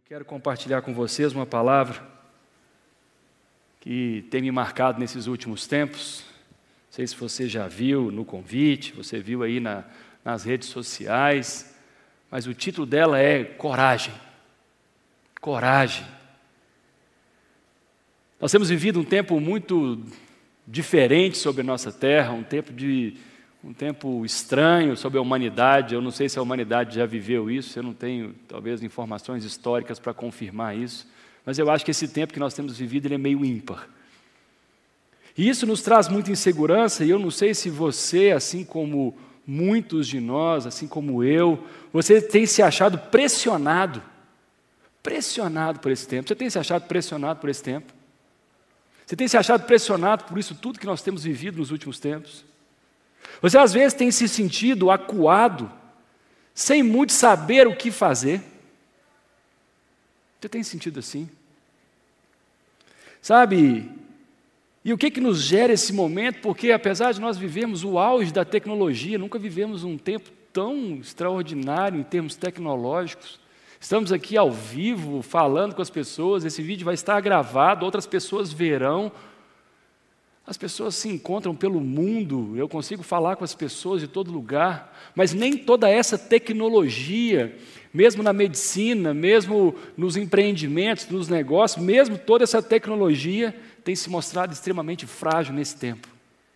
Quero compartilhar com vocês uma palavra que tem me marcado nesses últimos tempos. Não sei se você já viu no convite, você viu aí nas redes sociais, mas o título dela é Coragem. Coragem. Nós temos vivido um tempo muito diferente sobre a nossa terra, um tempo estranho sobre a humanidade. Eu não sei se a humanidade já viveu isso, eu não tenho, talvez, informações históricas para confirmar isso, mas eu acho que esse tempo que nós temos vivido, ele é meio ímpar. E isso nos traz muita insegurança, e eu não sei se você, assim como muitos de nós, assim como eu, você tem se achado pressionado por esse tempo. Você tem se achado pressionado por esse tempo? Você tem se achado pressionado por isso tudo que nós temos vivido nos últimos tempos? Você às vezes tem se sentido acuado, sem muito saber o que fazer? Você tem se sentido assim? Sabe, e o que nos gera esse momento? Porque apesar de nós vivermos o auge da tecnologia, nunca vivemos um tempo tão extraordinário em termos tecnológicos. Estamos aqui ao vivo, falando com as pessoas, esse vídeo vai estar gravado, outras pessoas verão. As pessoas se encontram pelo mundo, eu consigo falar com as pessoas de todo lugar, mas nem toda essa tecnologia, mesmo na medicina, mesmo nos empreendimentos, nos negócios, mesmo toda essa tecnologia tem se mostrado extremamente frágil nesse tempo.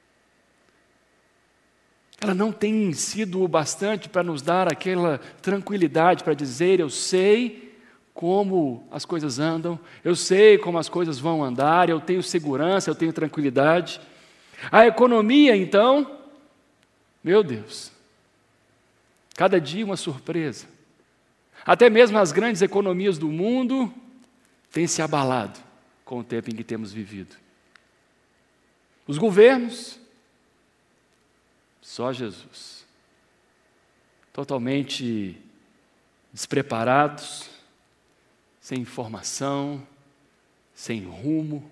Ela não tem sido o bastante para nos dar aquela tranquilidade para dizer, eu sei como as coisas andam, eu sei como as coisas vão andar, eu tenho segurança, eu tenho tranquilidade. A economia, então, meu Deus, cada dia uma surpresa. Até mesmo as grandes economias do mundo têm se abalado com o tempo em que temos vivido. Os governos, só Jesus, totalmente despreparados, sem informação, sem rumo.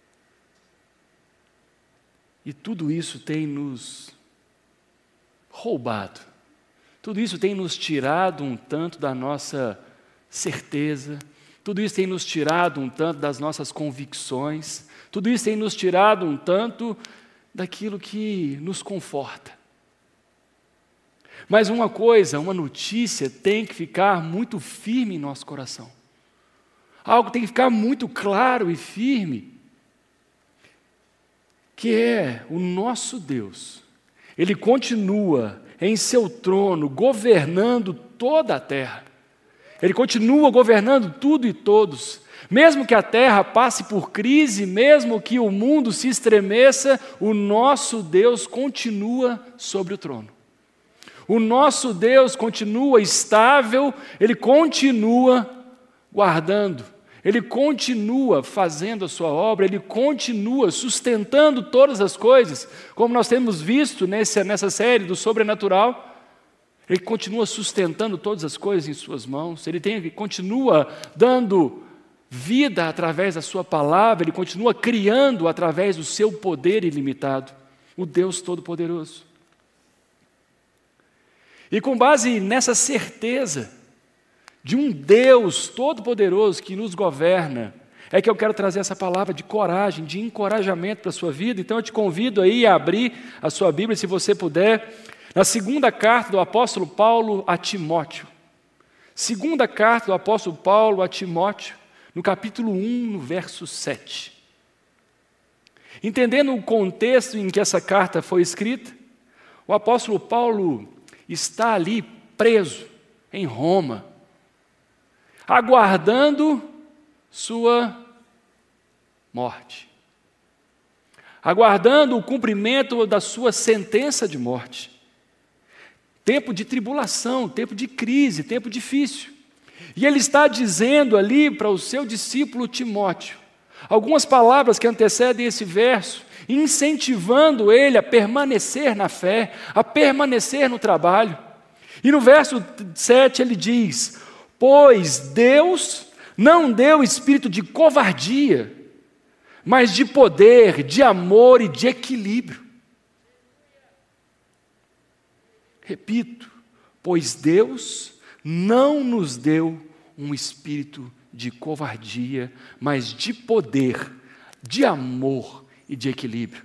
E tudo isso tem nos roubado, tudo isso tem nos tirado um tanto da nossa certeza, tudo isso tem nos tirado um tanto das nossas convicções, tudo isso tem nos tirado um tanto daquilo que nos conforta. Mas uma coisa, uma notícia tem que ficar muito firme em nosso coração. Algo tem que ficar muito claro e firme, que é o nosso Deus. Ele continua em seu trono, governando toda a terra. Ele continua governando tudo e todos. Mesmo que a terra passe por crise, mesmo que o mundo se estremeça, o nosso Deus continua sobre o trono. O nosso Deus continua estável, Ele continua guardando, Ele continua fazendo a sua obra, Ele continua sustentando todas as coisas, como nós temos visto nessa série do sobrenatural. Ele continua sustentando todas as coisas em suas mãos, Ele continua dando vida através da sua palavra, Ele continua criando através do seu poder ilimitado, o Deus Todo-Poderoso. E com base nessa certeza de um Deus Todo-Poderoso que nos governa, é que eu quero trazer essa palavra de coragem, de encorajamento para a sua vida. Então eu te convido aí a abrir a sua Bíblia, se você puder, na segunda carta do apóstolo Paulo a Timóteo. Segunda carta do apóstolo Paulo a Timóteo, no capítulo 1, no verso 7. Entendendo o contexto em que essa carta foi escrita, o apóstolo Paulo está ali preso em Roma, aguardando sua morte, aguardando o cumprimento da sua sentença de morte. Tempo de tribulação, tempo de crise, tempo difícil. E ele está dizendo ali para o seu discípulo Timóteo algumas palavras que antecedem esse verso, incentivando ele a permanecer na fé, a permanecer no trabalho. E no verso 7 ele diz, pois Deus não deu espírito de covardia, mas de poder, de amor e de equilíbrio. Repito, pois Deus não nos deu um espírito de covardia, mas de poder, de amor e de equilíbrio.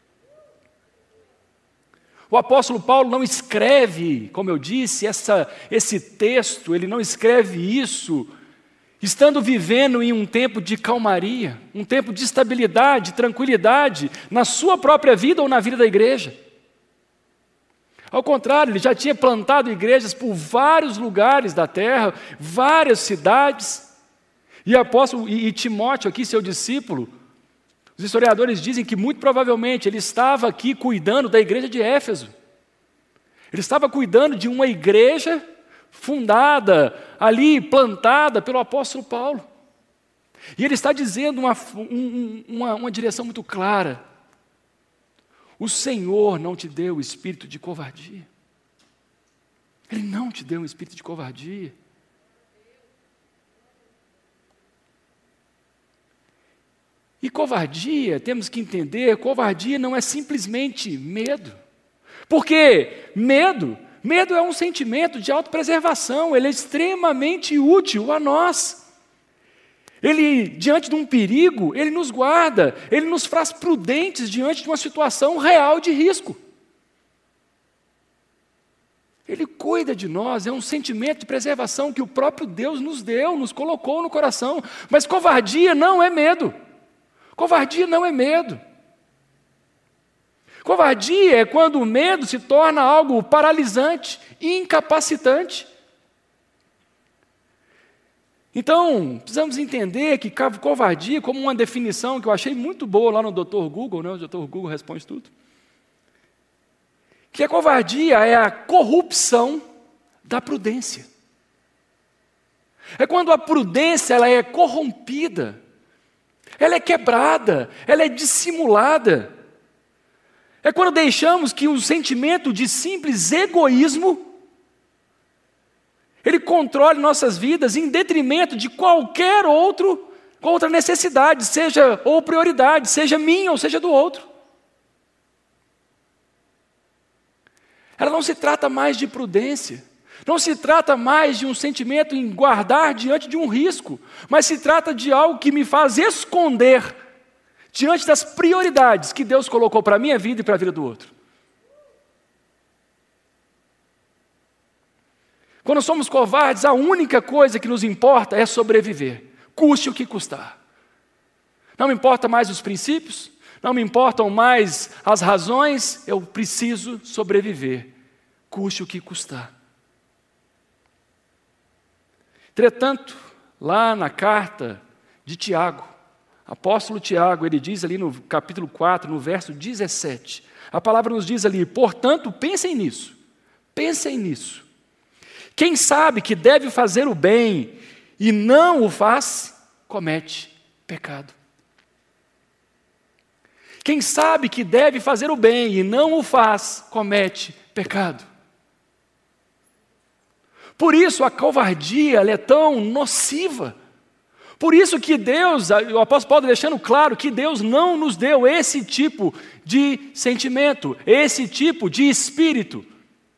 O apóstolo Paulo não escreve, como eu disse, esse texto, ele não escreve isso estando vivendo em um tempo de calmaria, um tempo de estabilidade, tranquilidade, na sua própria vida ou na vida da igreja. Ao contrário, ele já tinha plantado igrejas por vários lugares da terra, várias cidades. E Timóteo, aqui, seu discípulo, os historiadores dizem que muito provavelmente ele estava aqui cuidando da igreja de Éfeso. Ele estava cuidando de uma igreja fundada, ali plantada pelo apóstolo Paulo. E ele está dizendo uma direção muito clara. O Senhor não te deu o espírito de covardia. Ele não te deu um espírito de covardia. E covardia, temos que entender, covardia não é simplesmente medo. Porque medo é um sentimento de autopreservação, ele é extremamente útil a nós. Ele, diante de um perigo, ele nos guarda, ele nos faz prudentes diante de uma situação real de risco. Ele cuida de nós, é um sentimento de preservação que o próprio Deus nos deu, nos colocou no coração. Mas covardia não é medo. Covardia não é medo. Covardia é quando o medo se torna algo paralisante, incapacitante. Então, precisamos entender que covardia, como uma definição que eu achei muito boa lá no Dr. Google, né? O Dr. Google responde tudo, que a covardia é a corrupção da prudência. É quando a prudência ela é corrompida, ela é quebrada, ela é dissimulada. É quando deixamos que o sentimento de simples egoísmo ele controle nossas vidas em detrimento de qualquer outra necessidade, seja ou prioridade, seja minha ou seja do outro. Ela não se trata mais de prudência, não se trata mais de um sentimento em guardar diante de um risco, mas se trata de algo que me faz esconder diante das prioridades que Deus colocou para a minha vida e para a vida do outro. Quando somos covardes, a única coisa que nos importa é sobreviver, custe o que custar. Não me importa mais os princípios, não me importam mais as razões, eu preciso sobreviver, custe o que custar. Entretanto, lá na carta de Tiago, apóstolo Tiago, ele diz ali no capítulo 4, no verso 17, a palavra nos diz ali, portanto, pensem nisso. Quem sabe que deve fazer o bem e não o faz, comete pecado. Quem sabe que deve fazer o bem e não o faz, comete pecado. Por isso a covardia ela é tão nociva. Por isso que Deus, o apóstolo Paulo deixando claro que Deus não nos deu esse tipo de sentimento, esse tipo de espírito.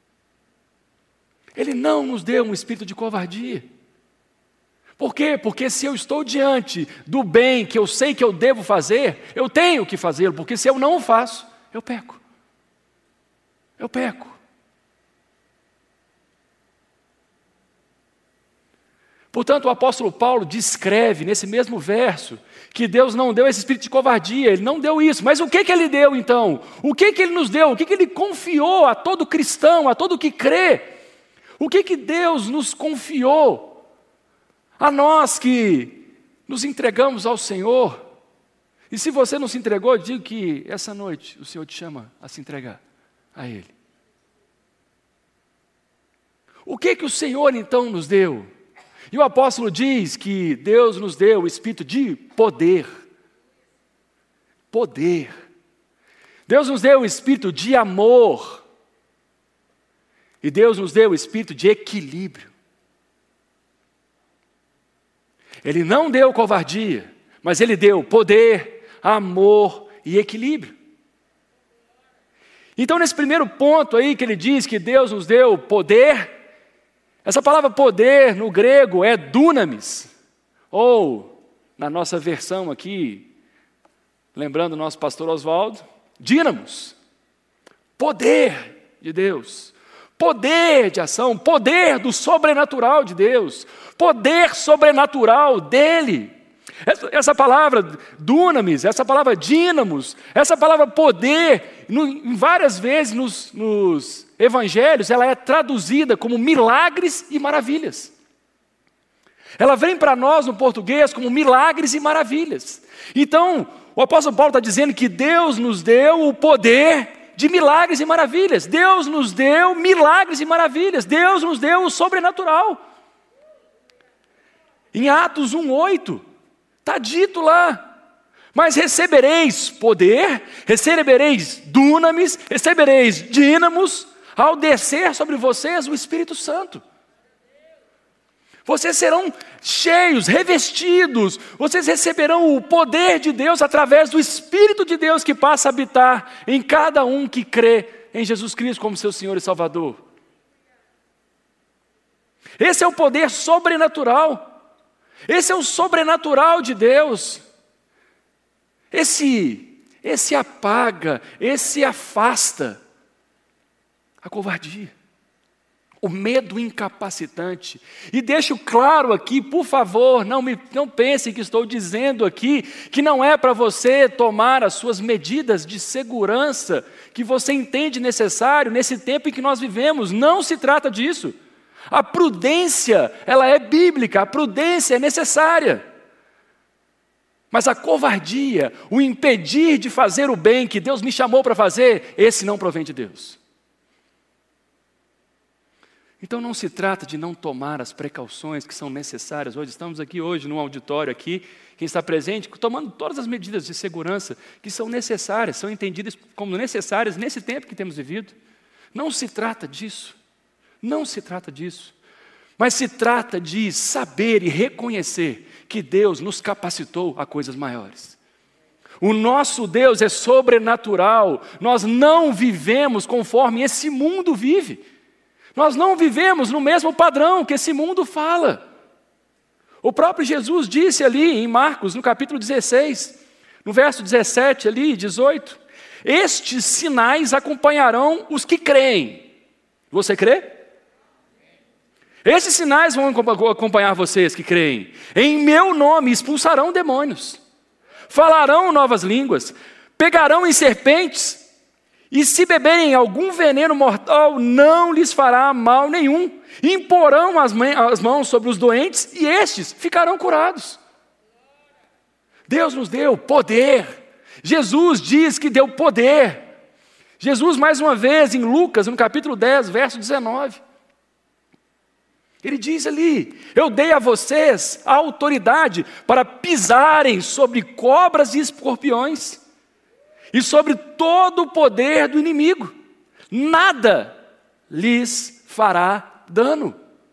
Ele não nos deu um espírito de covardia. Por quê? Porque se eu estou diante do bem que eu sei que eu devo fazer, eu tenho que fazê-lo, porque se eu não o faço, eu peco. Eu peco. Portanto, o apóstolo Paulo descreve nesse mesmo verso que Deus não deu esse espírito de covardia, Ele não deu isso. Mas o que Ele deu então? O que Ele nos deu? O que Ele confiou a todo cristão, a todo que crê? O que Deus nos confiou? A nós que nos entregamos ao Senhor. E se você não se entregou, eu digo que essa noite o Senhor te chama a se entregar a Ele. O que o Senhor então nos deu? E o apóstolo diz que Deus nos deu o espírito de poder. Poder. Deus nos deu o espírito de amor. E Deus nos deu o espírito de equilíbrio. Ele não deu covardia, mas Ele deu poder, amor e equilíbrio. Então, nesse primeiro ponto aí que ele diz que Deus nos deu poder, Essa palavra poder no grego é dunamis, ou na nossa versão aqui, lembrando o nosso pastor Oswaldo, dínamos. Poder de Deus, poder de ação, poder do sobrenatural de Deus, poder sobrenatural dele. Essa palavra dunamis, essa palavra dínamos, essa palavra poder, em várias vezes nos evangelhos, ela é traduzida como milagres e maravilhas. Ela vem para nós no português como milagres e maravilhas. Então, o apóstolo Paulo está dizendo que Deus nos deu o poder de milagres e maravilhas. Deus nos deu milagres e maravilhas. Deus nos deu o sobrenatural. Em Atos 1:8, está dito lá: mas recebereis poder, recebereis dunamis, recebereis dínamos, ao descer sobre vocês o Espírito Santo. Vocês serão cheios, revestidos, vocês receberão o poder de Deus através do Espírito de Deus que passa a habitar em cada um que crê em Jesus Cristo como seu Senhor e Salvador. Esse é o poder sobrenatural. Esse é o sobrenatural de Deus. Esse apaga, esse afasta a covardia, o medo incapacitante. E deixo claro aqui, por favor, não pense que estou dizendo aqui que não é para você tomar as suas medidas de segurança que você entende necessário nesse tempo em que nós vivemos. Não se trata disso. A prudência, ela é bíblica, a prudência é necessária. Mas a covardia, o impedir de fazer o bem que Deus me chamou para fazer, esse não provém de Deus. Então não se trata de não tomar as precauções que são necessárias. Hoje estamos aqui num auditório aqui, quem está presente, tomando todas as medidas de segurança que são necessárias, são entendidas como necessárias nesse tempo que temos vivido. Não se trata disso. Não se trata disso. Mas se trata de saber e reconhecer que Deus nos capacitou a coisas maiores. O nosso Deus é sobrenatural. Nós não vivemos conforme esse mundo vive. Nós não vivemos no mesmo padrão que esse mundo fala. O próprio Jesus disse ali em Marcos, no capítulo 16, no verso 17 ali, 18, estes sinais acompanharão os que creem. Você crê? Esses sinais vão acompanhar vocês que creem. Em meu nome expulsarão demônios, falarão novas línguas, pegarão em serpentes, e se beberem algum veneno mortal, não lhes fará mal nenhum. Imporão as mãos sobre os doentes e estes ficarão curados. Deus nos deu poder. Jesus diz que deu poder. Jesus, mais uma vez, em Lucas, no capítulo 10, verso 19. Ele diz ali: eu dei a vocês a autoridade para pisarem sobre cobras e escorpiões, e sobre todo o poder do inimigo, nada lhes fará dano.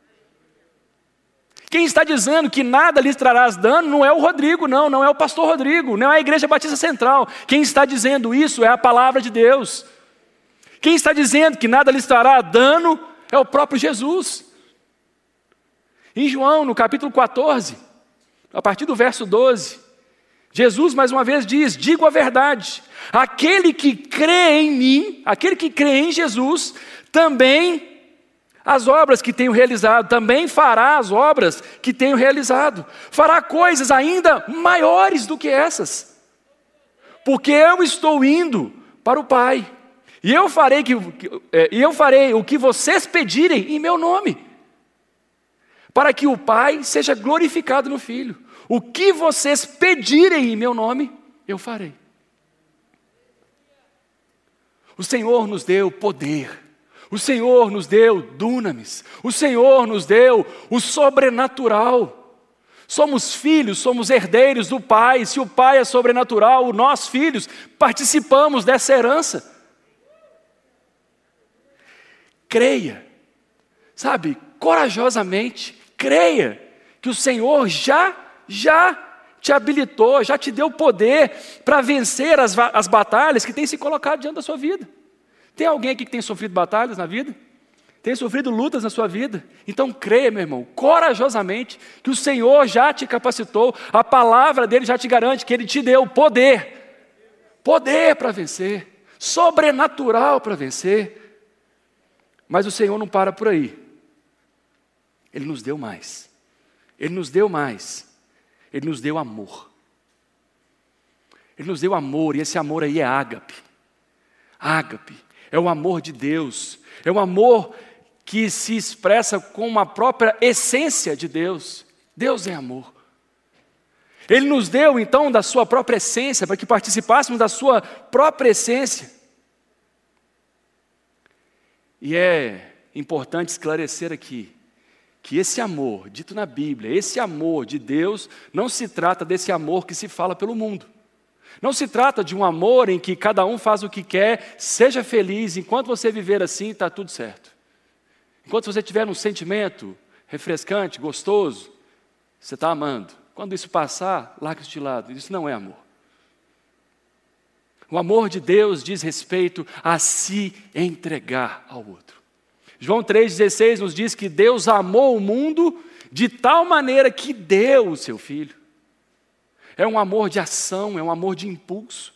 Quem está dizendo que nada lhes trará dano não é o Rodrigo, não é o pastor Rodrigo, não é a Igreja Batista Central. Quem está dizendo isso é a palavra de Deus. Quem está dizendo que nada lhes trará dano é o próprio Jesus. Em João, no capítulo 14, a partir do verso 12, Jesus mais uma vez diz: digo a verdade, aquele que crê em mim, aquele que crê em Jesus, também as obras que tenho realizado, também fará as obras que tenho realizado, fará coisas ainda maiores do que essas, porque eu estou indo para o Pai, e eu farei o que vocês pedirem em meu nome, para que o Pai seja glorificado no Filho. O que vocês pedirem em meu nome, eu farei. O Senhor nos deu poder. O Senhor nos deu dunamis. O Senhor nos deu o sobrenatural. Somos filhos, somos herdeiros do Pai. Se o Pai é sobrenatural, nós, filhos, participamos dessa herança. Creia, sabe, corajosamente, creia que o Senhor já te habilitou, já te deu poder para vencer as batalhas que têm se colocado diante da sua vida. Tem alguém aqui que tem sofrido batalhas na vida? Tem sofrido lutas na sua vida? Então creia, meu irmão, corajosamente, que o Senhor já te capacitou, a palavra dele já te garante que ele te deu poder. Poder para vencer, sobrenatural para vencer. Mas o Senhor não para por aí. Ele nos deu mais. Ele nos deu mais. Ele nos deu amor. Ele nos deu amor, e esse amor aí é ágape. Ágape é o amor de Deus. É um amor que se expressa com a própria essência de Deus. Deus é amor. Ele nos deu então da sua própria essência, para que participássemos da sua própria essência. E é importante esclarecer aqui, que esse amor, dito na Bíblia, esse amor de Deus, não se trata desse amor que se fala pelo mundo. Não se trata de um amor em que cada um faz o que quer, seja feliz, enquanto você viver assim, está tudo certo. Enquanto você tiver um sentimento refrescante, gostoso, você está amando. Quando isso passar, larga isso de lado. Isso não é amor. O amor de Deus diz respeito a se entregar ao outro. João 3,16 nos diz que Deus amou o mundo de tal maneira que deu o seu Filho. É um amor de ação, é um amor de impulso.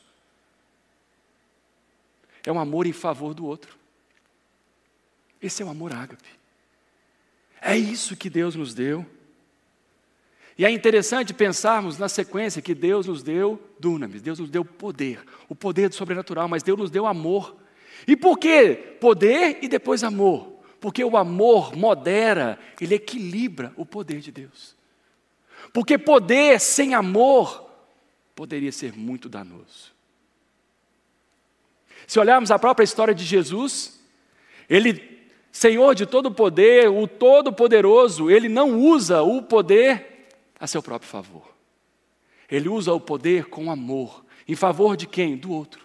É um amor em favor do outro. Esse é o amor ágape. É isso que Deus nos deu. E é interessante pensarmos na sequência que Deus nos deu dunamis, Deus nos deu poder, o poder do sobrenatural, mas Deus nos deu amor. E por que poder e depois amor? Porque o amor modera, ele equilibra o poder de Deus. Porque poder sem amor poderia ser muito danoso. Se olharmos a própria história de Jesus, ele, Senhor de todo o poder, o Todo-Poderoso, ele não usa o poder a seu próprio favor. Ele usa o poder com amor. Em favor de quem? Do outro.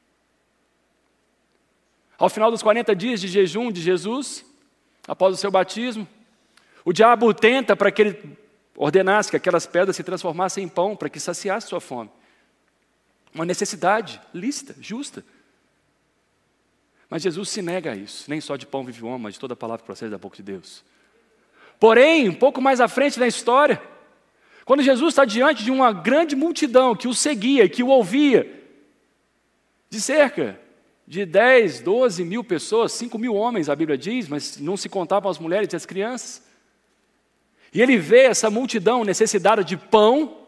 Ao final dos 40 dias de jejum de Jesus, após o seu batismo, o diabo tenta para que ele ordenasse que aquelas pedras se transformassem em pão, para que saciasse sua fome. Uma necessidade lícita, justa. Mas Jesus se nega a isso. Nem só de pão vive o homem, mas de toda a palavra que procede da boca de Deus. Porém, um pouco mais à frente na história, quando Jesus está diante de uma grande multidão que o seguia, que o ouvia, de cerca de 10, 12 mil pessoas, 5 mil homens, a Bíblia diz, mas não se contavam as mulheres e as crianças. E ele vê essa multidão necessitada de pão,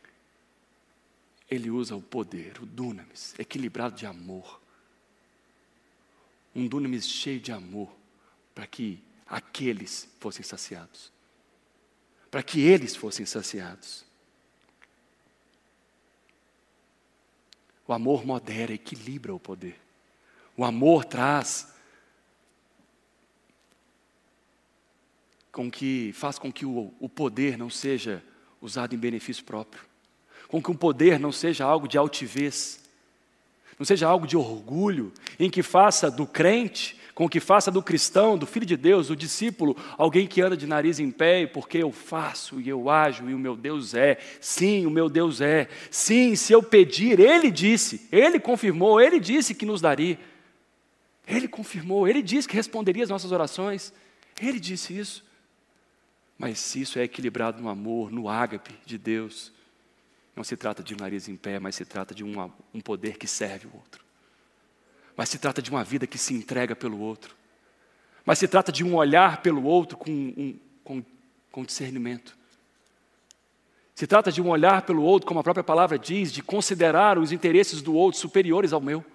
ele usa o poder, o dunamis, equilibrado de amor. Um dunamis cheio de amor, para que aqueles fossem saciados. Para que eles fossem saciados. O amor modera, equilibra o poder. O amor faz com que o poder não seja usado em benefício próprio. Com que o poder não seja algo de altivez. Não seja algo de orgulho, em que faça do crente, com que faça do cristão, do filho de Deus, do discípulo, alguém que anda de nariz em pé, e porque eu faço e eu ajo e o meu Deus é. Sim, o meu Deus é. Sim, se eu pedir, Ele disse, Ele confirmou, Ele disse que nos daria. Ele confirmou, Ele disse que responderia às nossas orações. Ele disse isso. Mas se isso é equilibrado no amor, no ágape de Deus, não se trata de um nariz em pé, mas se trata de um poder que serve o outro. Mas se trata de uma vida que se entrega pelo outro. Mas se trata de um olhar pelo outro com discernimento. Se trata de um olhar pelo outro, como a própria palavra diz, de considerar os interesses do outro superiores ao meu.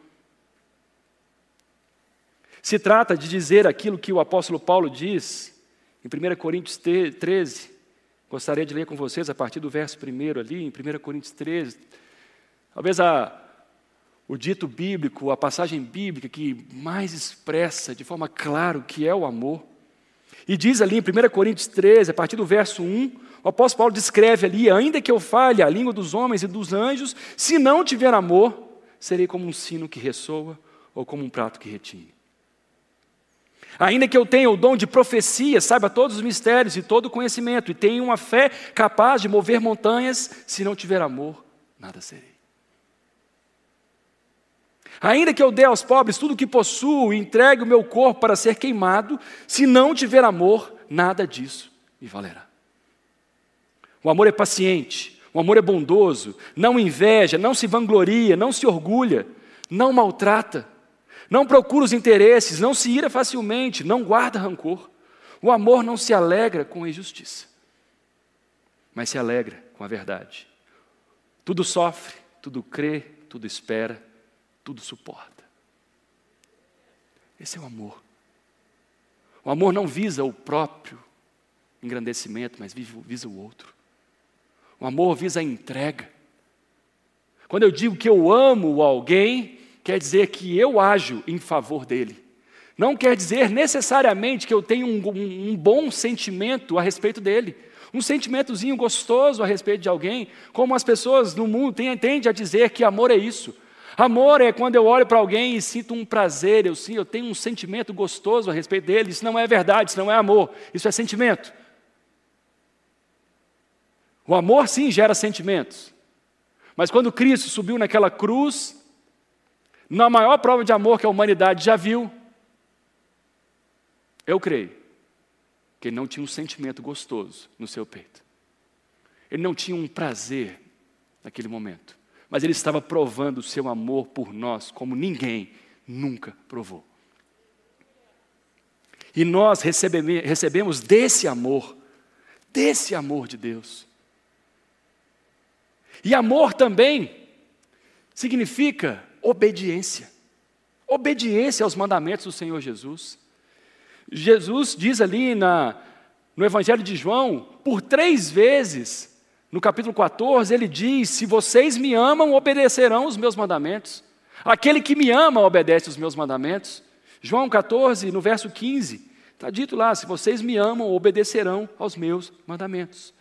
Se trata de dizer aquilo que o apóstolo Paulo diz em 1 Coríntios 13. Gostaria de ler com vocês a partir do verso 1 ali, em 1 Coríntios 13. Talvez o dito bíblico, a passagem bíblica que mais expressa de forma clara o que é o amor. E diz ali em 1 Coríntios 13, a partir do verso 1, o apóstolo Paulo descreve ali: ainda que eu fale a língua dos homens e dos anjos, se não tiver amor, serei como um sino que ressoa ou como um prato que retine. Ainda que eu tenha o dom de profecia, saiba todos os mistérios e todo o conhecimento, e tenha uma fé capaz de mover montanhas, se não tiver amor, nada serei. Ainda que eu dê aos pobres tudo o que possuo e entregue o meu corpo para ser queimado, se não tiver amor, nada disso me valerá. O amor é paciente, o amor é bondoso, não inveja, não se vangloria, não se orgulha, não maltrata, não procura os interesses, não se ira facilmente, não guarda rancor. O amor não se alegra com a injustiça, mas se alegra com a verdade. Tudo sofre, tudo crê, tudo espera, tudo suporta. Esse é o amor. O amor não visa o próprio engrandecimento, mas visa o outro. O amor visa a entrega. Quando eu digo que eu amo alguém, quer dizer que eu ajo em favor dele. Não quer dizer necessariamente que eu tenho um bom sentimento a respeito dele. Um sentimentozinho gostoso a respeito de alguém, como as pessoas no mundo tendem a dizer que amor é isso. Amor é quando eu olho para alguém e sinto um prazer, eu tenho um sentimento gostoso a respeito dele. Isso não é verdade, isso não é amor, isso é sentimento. O amor sim gera sentimentos, mas quando Cristo subiu naquela cruz, na maior prova de amor que a humanidade já viu, eu creio que ele não tinha um sentimento gostoso no seu peito. Ele não tinha um prazer naquele momento, mas ele estava provando o seu amor por nós como ninguém nunca provou. E nós recebemos desse amor de Deus. E amor também significa obediência. Obediência aos mandamentos do Senhor Jesus. Jesus diz ali no Evangelho de João, por 3 vezes, no capítulo 14, ele diz: se vocês me amam, obedecerão os meus mandamentos. Aquele que me ama, obedece os meus mandamentos. João 14, no verso 15, está dito lá: se vocês me amam, obedecerão aos meus mandamentos.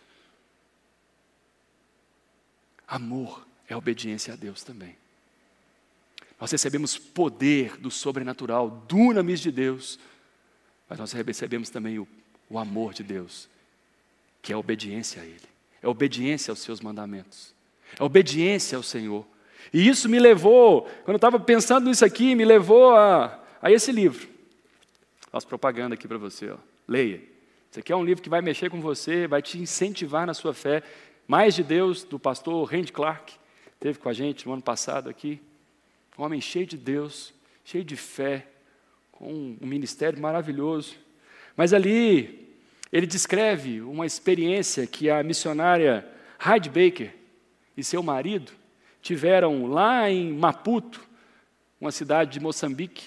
Amor é obediência a Deus também. Nós recebemos poder do sobrenatural, dunamis de Deus, mas nós recebemos também o amor de Deus, que é a obediência a Ele, é a obediência aos seus mandamentos, é a obediência ao Senhor. E isso me levou, quando eu estava pensando nisso aqui, me levou a esse livro. Faço propaganda aqui para você, ó. Leia. Isso aqui é um livro que vai mexer com você, vai te incentivar na sua fé. Mais de Deus, do pastor Randy Clark, esteve com a gente no ano passado aqui. Um homem cheio de Deus, cheio de fé, com um ministério maravilhoso. Mas ali, ele descreve uma experiência que a missionária Heidi Baker e seu marido tiveram lá em Maputo, uma cidade de Moçambique.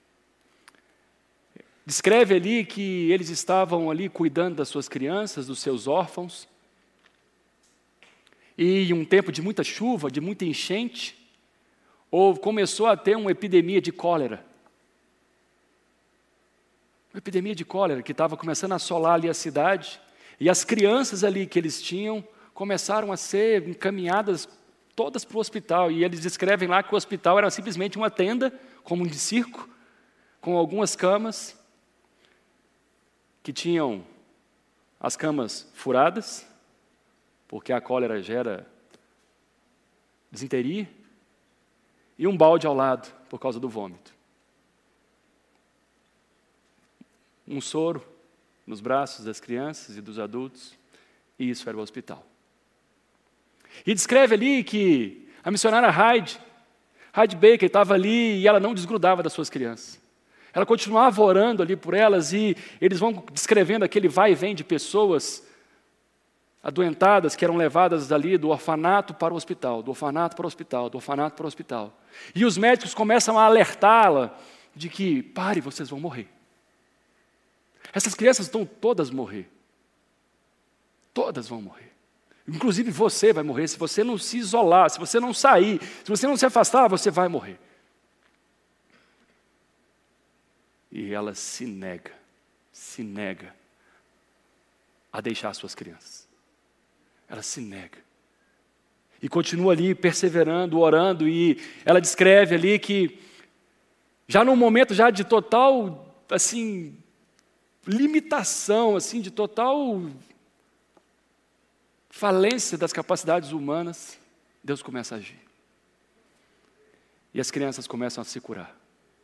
Descreve ali que eles estavam ali cuidando das suas crianças, dos seus órfãos. E em um tempo de muita chuva, de muita enchente, começou a ter uma epidemia de cólera. Uma epidemia de cólera que estava começando a assolar ali a cidade. E as crianças ali que eles tinham começaram a ser encaminhadas todas para o hospital. E eles descrevem lá que o hospital era simplesmente uma tenda, como um de circo, com algumas camas, que tinham as camas furadas, porque a cólera gera disenteria, e um balde ao lado, por causa do vômito. Um soro nos braços das crianças e dos adultos, e isso era o hospital. E descreve ali que a missionária Heidi Baker estava ali e ela não desgrudava das suas crianças. Ela continuava orando ali por elas e eles vão descrevendo aquele vai e vem de pessoas adoentadas que eram levadas dali do orfanato para o hospital, do orfanato para o hospital, do orfanato para o hospital. E os médicos começam a alertá-la de que, pare, vocês vão morrer. Essas crianças vão todas morrer. Todas vão morrer. Inclusive você vai morrer, se você não se isolar, se você não sair, se você não se afastar, você vai morrer. E ela se nega a deixar suas crianças. Ela se nega. E continua ali perseverando, orando, e ela descreve ali que, já num momento já de total, assim, limitação, assim, de total falência das capacidades humanas, Deus começa a agir. E as crianças começam a se curar.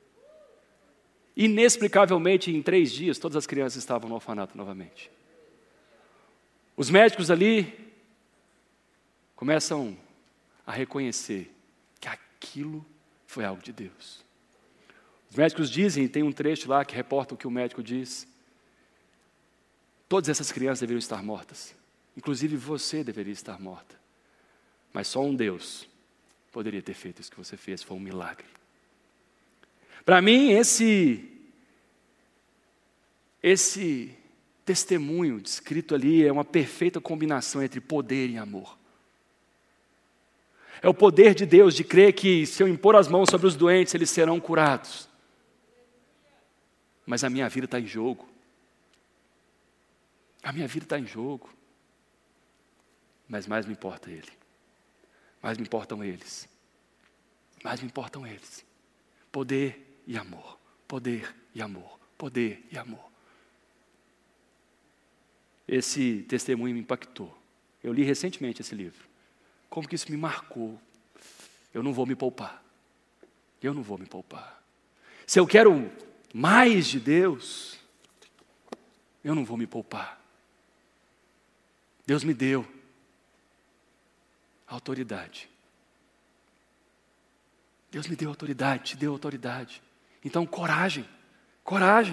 Inexplicavelmente, em 3 dias, todas as crianças estavam no orfanato novamente. Os médicos ali começam a reconhecer que aquilo foi algo de Deus. Os médicos dizem, tem um trecho lá que reporta o que o médico diz: todas essas crianças deveriam estar mortas. Inclusive você deveria estar morta. Mas só um Deus poderia ter feito isso que você fez, foi um milagre. Para mim, esse testemunho descrito ali é uma perfeita combinação entre poder e amor. É o poder de Deus de crer que se eu impor as mãos sobre os doentes, eles serão curados. Mas a minha vida está em jogo. A minha vida está em jogo. Mas mais me importa Ele. Mais me importam eles. Mais me importam eles. Poder e amor. Poder e amor. Poder e amor. Esse testemunho me impactou. Eu li recentemente esse livro. Como que isso me marcou? Eu não vou me poupar. Eu não vou me poupar. Se eu quero mais de Deus, eu não vou me poupar. Deus me deu autoridade. Deus me deu autoridade, te deu autoridade. Então, coragem, coragem.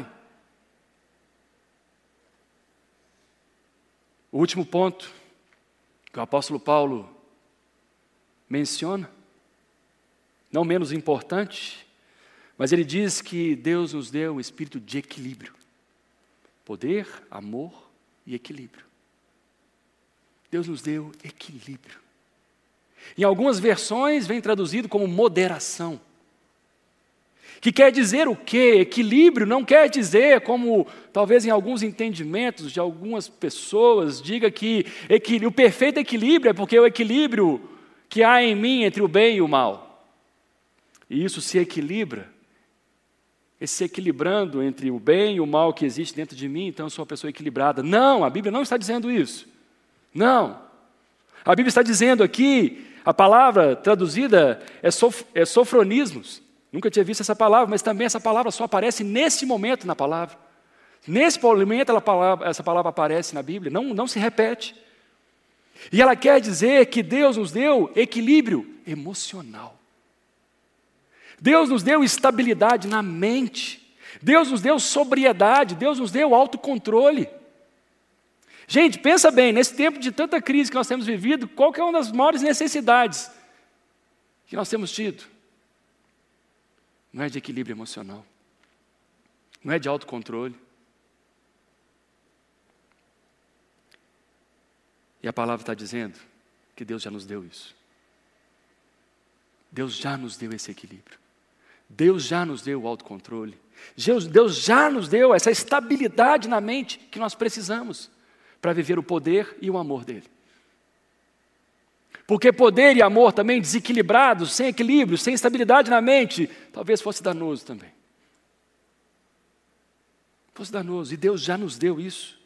O último ponto que o apóstolo Paulo menciona, não menos importante, mas ele diz que Deus nos deu um espírito de equilíbrio. Poder, amor e equilíbrio. Deus nos deu equilíbrio. Em algumas versões vem traduzido como moderação. Que quer dizer o quê? Equilíbrio não quer dizer, como talvez em alguns entendimentos de algumas pessoas, diga que o perfeito equilíbrio é porque é o equilíbrio que há em mim entre o bem e o mal. E isso se equilibra. Esse se equilibrando entre o bem e o mal que existe dentro de mim, então eu sou uma pessoa equilibrada. Não, a Bíblia não está dizendo isso. Não. A Bíblia está dizendo aqui, a palavra traduzida é sofronismos. Nunca tinha visto essa palavra, mas também essa palavra só aparece nesse momento na palavra. Nesse momento essa palavra aparece na Bíblia, não se repete. E ela quer dizer que Deus nos deu equilíbrio emocional. Deus nos deu estabilidade na mente. Deus nos deu sobriedade. Deus nos deu autocontrole. Gente, pensa bem, nesse tempo de tanta crise que nós temos vivido, qual que é uma das maiores necessidades que nós temos tido? Não é de equilíbrio emocional. Não é de autocontrole. E a palavra está dizendo que Deus já nos deu isso. Deus já nos deu esse equilíbrio. Deus já nos deu o autocontrole. Deus já nos deu essa estabilidade na mente que nós precisamos para viver o poder e o amor dele. Porque poder e amor também desequilibrados, sem equilíbrio, sem estabilidade na mente, talvez fosse danoso também. Fosse danoso, e Deus já nos deu isso.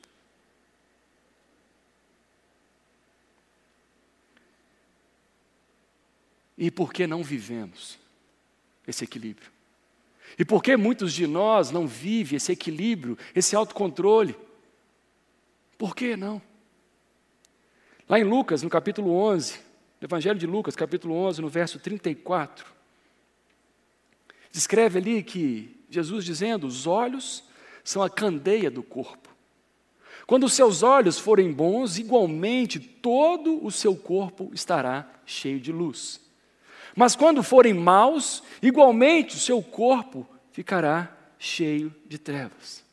E por que não vivemos esse equilíbrio? E por que muitos de nós não vivem esse equilíbrio, esse autocontrole? Por que não? Lá em Lucas, no capítulo 11, no Evangelho de Lucas, capítulo 11, no verso 34, descreve ali que Jesus dizendo, os olhos são a candeia do corpo. Quando os seus olhos forem bons, igualmente todo o seu corpo estará cheio de luz. Mas quando forem maus, igualmente o seu corpo ficará cheio de trevas.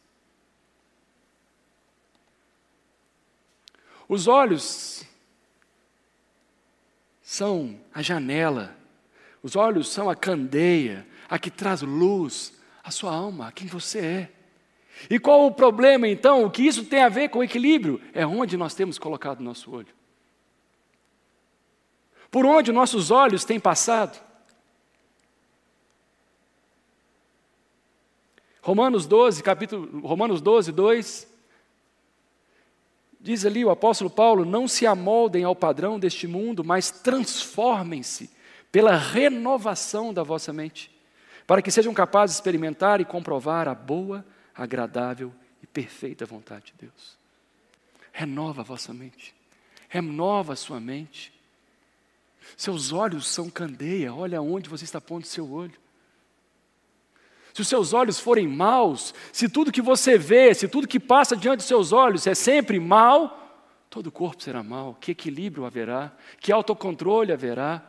Os olhos são a janela, os olhos são a candeia, a que traz luz à sua alma, a quem você é. E qual o problema então? O que isso tem a ver com o equilíbrio? É onde nós temos colocado o nosso olho. Por onde nossos olhos têm passado? Romanos 12, 2, diz ali o apóstolo Paulo, não se amoldem ao padrão deste mundo, mas transformem-se pela renovação da vossa mente, para que sejam capazes de experimentar e comprovar a boa, agradável e perfeita vontade de Deus. Renova a vossa mente, renova a sua mente. Seus olhos são candeia, olha onde você está pondo seu olho. Se os seus olhos forem maus, se tudo que você vê, se tudo que passa diante dos seus olhos é sempre mal, todo o corpo será mal. Que equilíbrio haverá? Que autocontrole haverá?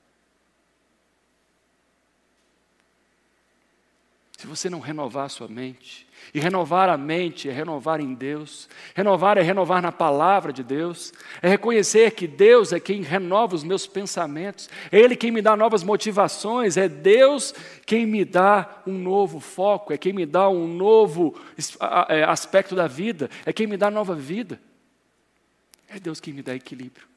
Se você não renovar a sua mente, e renovar a mente é renovar em Deus, renovar é renovar na palavra de Deus, é reconhecer que Deus é quem renova os meus pensamentos, é Ele quem me dá novas motivações, é Deus quem me dá um novo foco, é quem me dá um novo aspecto da vida, é quem me dá nova vida, é Deus quem me dá equilíbrio.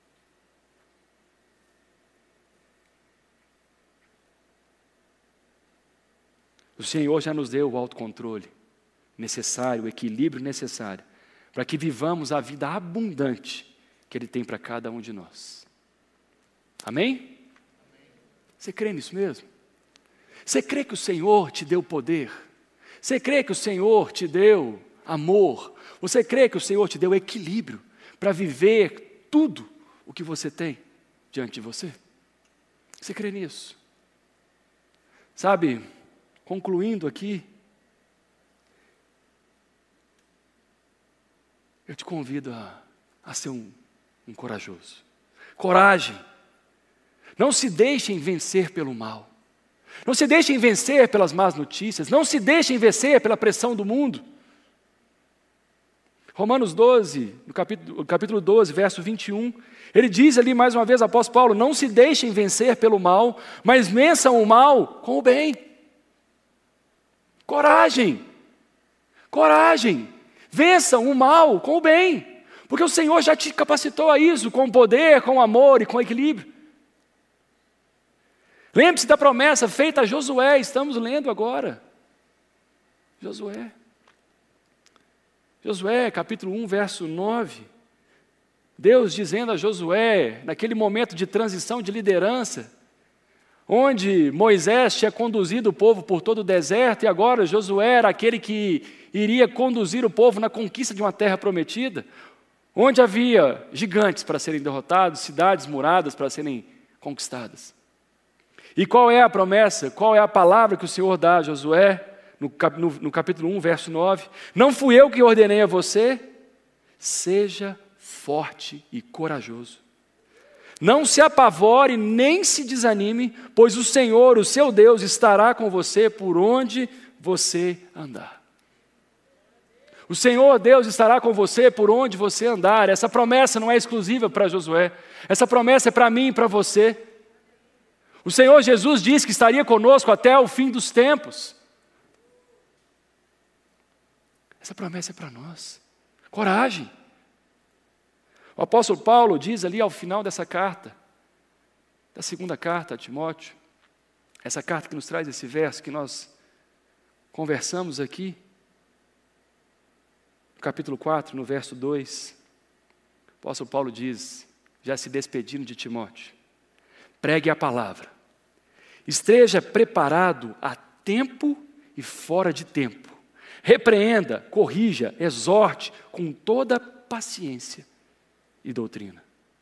O Senhor já nos deu o autocontrole necessário, o equilíbrio necessário, para que vivamos a vida abundante que Ele tem para cada um de nós. Amém? Você crê nisso mesmo? Você crê que o Senhor te deu poder? Você crê que o Senhor te deu amor? Você crê que o Senhor te deu equilíbrio para viver tudo o que você tem diante de você? Você crê nisso? Sabe, concluindo aqui, eu te convido a ser um corajoso. Coragem. Não se deixem vencer pelo mal. Não se deixem vencer pelas más notícias. Não se deixem vencer pela pressão do mundo. Romanos 12, no capítulo 12, verso 21, ele diz ali mais uma vez, apóstolo Paulo, não se deixem vencer pelo mal, mas vençam o mal com o bem. Coragem, coragem, vençam o mal com o bem, porque o Senhor já te capacitou a isso, com poder, com amor e com equilíbrio. Lembre-se da promessa feita a Josué, estamos lendo agora. Josué, capítulo 1, verso 9. Deus dizendo a Josué, naquele momento de transição de liderança, onde Moisés tinha conduzido o povo por todo o deserto, e agora Josué era aquele que iria conduzir o povo na conquista de uma terra prometida, onde havia gigantes para serem derrotados, cidades muradas para serem conquistadas. E qual é a promessa, qual é a palavra que o Senhor dá a Josué, no capítulo 1, verso 9? Não fui eu que ordenei a você, seja forte e corajoso. Não se apavore nem se desanime, pois o Senhor, o seu Deus, estará com você por onde você andar. O Senhor, Deus, estará com você por onde você andar. Essa promessa não é exclusiva para Josué. Essa promessa é para mim e para você. O Senhor Jesus disse que estaria conosco até o fim dos tempos. Essa promessa é para nós. Coragem. O apóstolo Paulo diz ali ao final dessa carta, da segunda carta a Timóteo, essa carta que nos traz esse verso que nós conversamos aqui, no capítulo 4, no verso 2, o apóstolo Paulo diz, já se despedindo de Timóteo, pregue a palavra, esteja preparado a tempo e fora de tempo, repreenda, corrija, exorte com toda paciência e doutrina.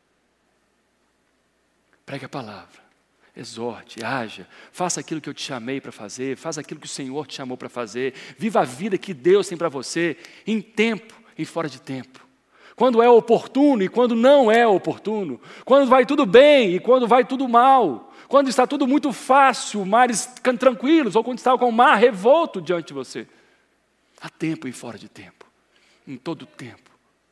Pregue a palavra, exorte, haja, faça aquilo que eu te chamei para fazer, faça aquilo que o Senhor te chamou para fazer, viva a vida que Deus tem para você, em tempo e fora de tempo. Quando é oportuno e quando não é oportuno, quando vai tudo bem e quando vai tudo mal, quando está tudo muito fácil, mares tranquilos, ou quando está com o mar revolto diante de você. Há tempo e fora de tempo, em todo tempo.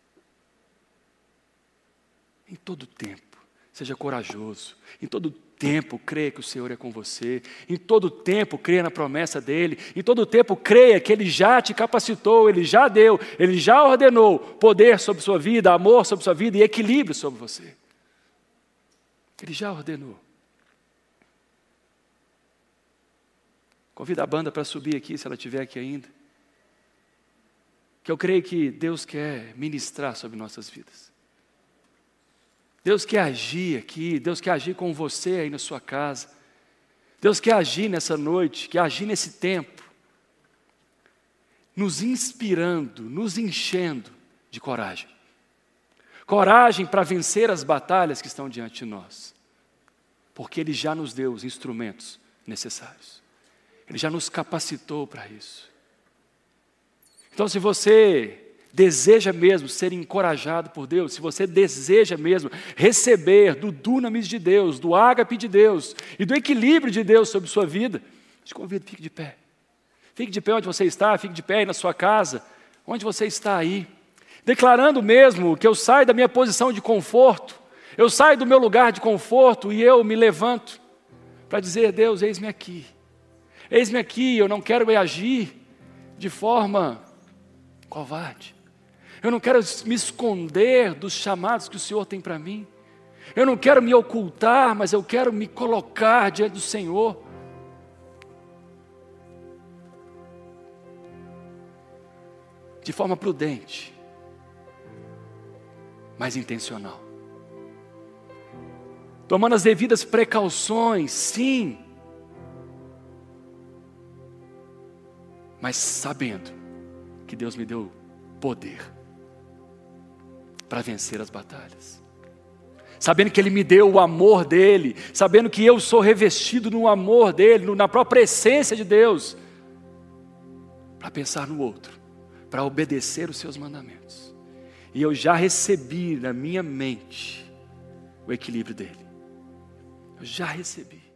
Em todo tempo, seja corajoso. Em todo tempo, creia que o Senhor é com você. Em todo tempo, creia na promessa dEle. Em todo tempo, creia que Ele já te capacitou, Ele já deu, Ele já ordenou poder sobre sua vida, amor sobre sua vida e equilíbrio sobre você. Ele já ordenou. Convido a banda para subir aqui, se ela estiver aqui ainda. Que eu creio que Deus quer ministrar sobre nossas vidas. Deus quer agir aqui, Deus quer agir com você aí na sua casa. Deus quer agir nessa noite, quer agir nesse tempo, nos inspirando, nos enchendo de coragem. Coragem para vencer as batalhas que estão diante de nós, porque Ele já nos deu os instrumentos necessários. Ele já nos capacitou para isso. Então, se você deseja mesmo ser encorajado por Deus, se você deseja mesmo receber do dunamis de Deus, do ágape de Deus e do equilíbrio de Deus sobre sua vida, te convido, fique de pé. Fique de pé onde você está, fique de pé aí na sua casa, onde você está aí, declarando mesmo que eu saio da minha posição de conforto, eu saio do meu lugar de conforto e eu me levanto para dizer: Deus, eis-me aqui, eu não quero agir de forma covarde. Eu não quero me esconder dos chamados que o Senhor tem para mim. Eu não quero me ocultar, mas eu quero me colocar diante do Senhor. De forma prudente, mas intencional. Tomando as devidas precauções, sim, mas sabendo que Deus me deu poder para vencer as batalhas. Sabendo que Ele me deu o amor dEle, sabendo que eu sou revestido no amor dEle, na própria essência de Deus, para pensar no outro, para obedecer os seus mandamentos. E eu já recebi na minha mente o equilíbrio dEle. Eu já recebi.